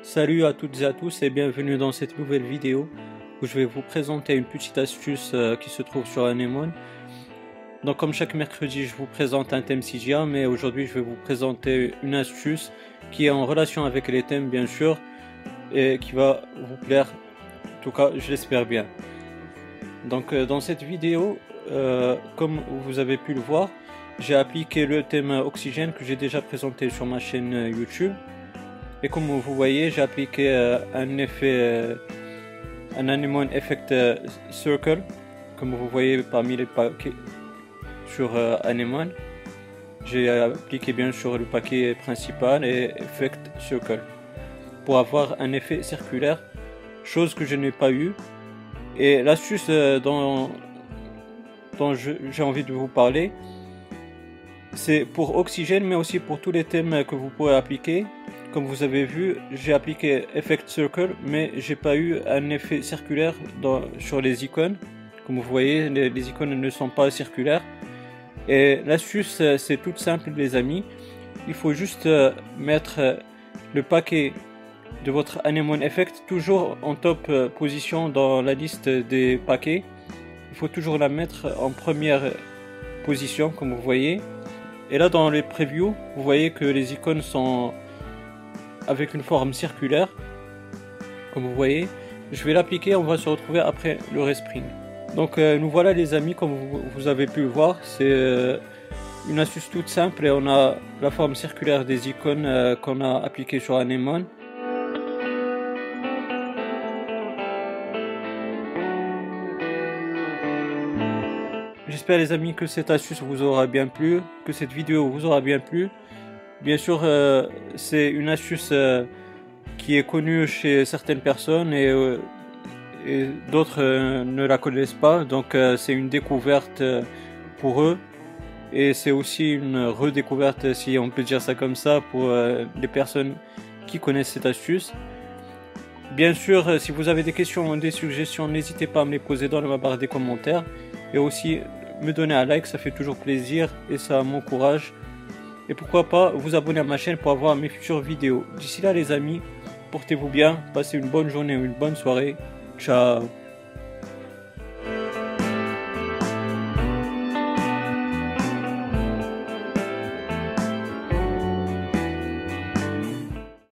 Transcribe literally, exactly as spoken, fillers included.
Salut à toutes et à tous et bienvenue dans cette nouvelle vidéo où je vais vous présenter une petite astuce euh, qui se trouve sur Anemone. Donc comme chaque mercredi je vous présente un thème Cydia, mais aujourd'hui je vais vous présenter une astuce qui est en relation avec les thèmes bien sûr et qui va vous plaire, en tout cas je l'espère bien. Donc euh, dans cette vidéo, euh, comme vous avez pu le voir, j'ai appliqué le thème oxygène que j'ai déjà présenté sur ma chaîne YouTube. Et comme vous voyez, j'ai appliqué euh, un effet, euh, un Anemone Effect euh, Circle, comme vous voyez parmi les paquets sur euh, Anemone. J'ai appliqué bien sûr le paquet principal et Effect Circle pour avoir un effet circulaire, chose que je n'ai pas eu. Et l'astuce euh, dont, dont j'ai envie de vous parler, c'est pour oxygène, mais aussi pour tous les thèmes que vous pourrez appliquer. Comme vous avez vu, j'ai appliqué Effect Circle, mais j'ai pas eu un effet circulaire dans, sur les icônes. Comme vous voyez, les, les icônes ne sont pas circulaires. Et l'astuce, c'est toute simple les amis. Il faut juste mettre le paquet de votre Anemone Effect toujours en top position dans la liste des paquets. Il faut toujours la mettre en première position, comme vous voyez. Et là, dans les previews, vous voyez que les icônes sont avec une forme circulaire, comme vous voyez. Je vais l'appliquer, on va se retrouver après le respring. Donc euh, nous voilà les amis, comme vous, vous avez pu le voir, c'est euh, une astuce toute simple et on a la forme circulaire des icônes euh, qu'on a appliqué sur Anemone. J'espère les amis que cette astuce vous aura bien plu, que cette vidéo vous aura bien plu. Bien sûr, euh, c'est une astuce euh, qui est connue chez certaines personnes et, euh, et d'autres euh, ne la connaissent pas. Donc euh, c'est une découverte euh, pour eux. Et c'est aussi une redécouverte, si on peut dire ça comme ça, pour euh, les personnes qui connaissent cette astuce. Bien sûr, euh, si vous avez des questions ou des suggestions, n'hésitez pas à me les poser dans la barre des commentaires. Et aussi me donner un like, ça fait toujours plaisir et ça m'encourage. Et pourquoi pas vous abonner à ma chaîne pour avoir mes futures vidéos. D'ici là les amis, portez-vous bien, passez une bonne journée ou une bonne soirée. Ciao.